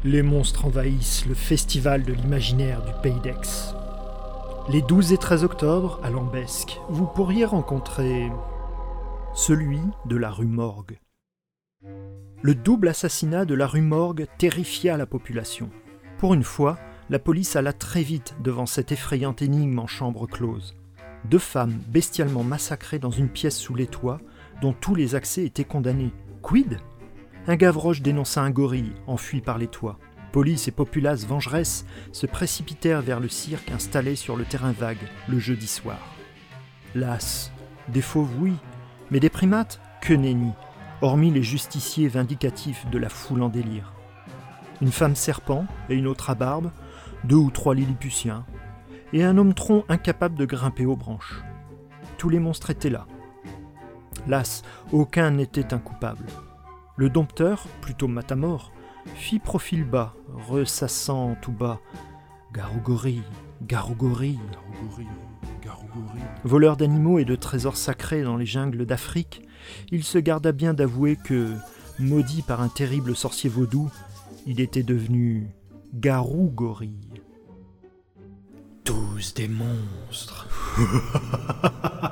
Les monstres envahissent le festival de l'imaginaire du Pays d'Aix. Les 12 et 13 octobre, à Lambesc, vous pourriez rencontrer celui de la rue Morgue. Le double assassinat de la rue Morgue terrifia la population. Pour une fois, la police alla très vite devant cette effrayante énigme en chambre close. 2 femmes bestialement massacrées dans une pièce sous les toits, dont tous les accès étaient condamnés. Quid ? Un Gavroche dénonça un gorille, enfui par les toits. Police et populace vengeresse se précipitèrent vers le cirque installé sur le terrain vague le jeudi soir. Las, des fauves oui, mais des primates, que nenni, hormis les justiciers vindicatifs de la foule en délire. Une femme serpent et une autre à barbe, 2 ou 3 lilliputiens, et un homme tronc incapable de grimper aux branches. Tous les monstres étaient là. Las, aucun n'était un coupable. Le dompteur, plutôt matamor, fit profil bas, ressassant tout bas « Garougori, Garougori ». Voleur d'animaux et de trésors sacrés dans les jungles d'Afrique, il se garda bien d'avouer que, maudit par un terrible sorcier vaudou, il était devenu Garougori. Tous des monstres.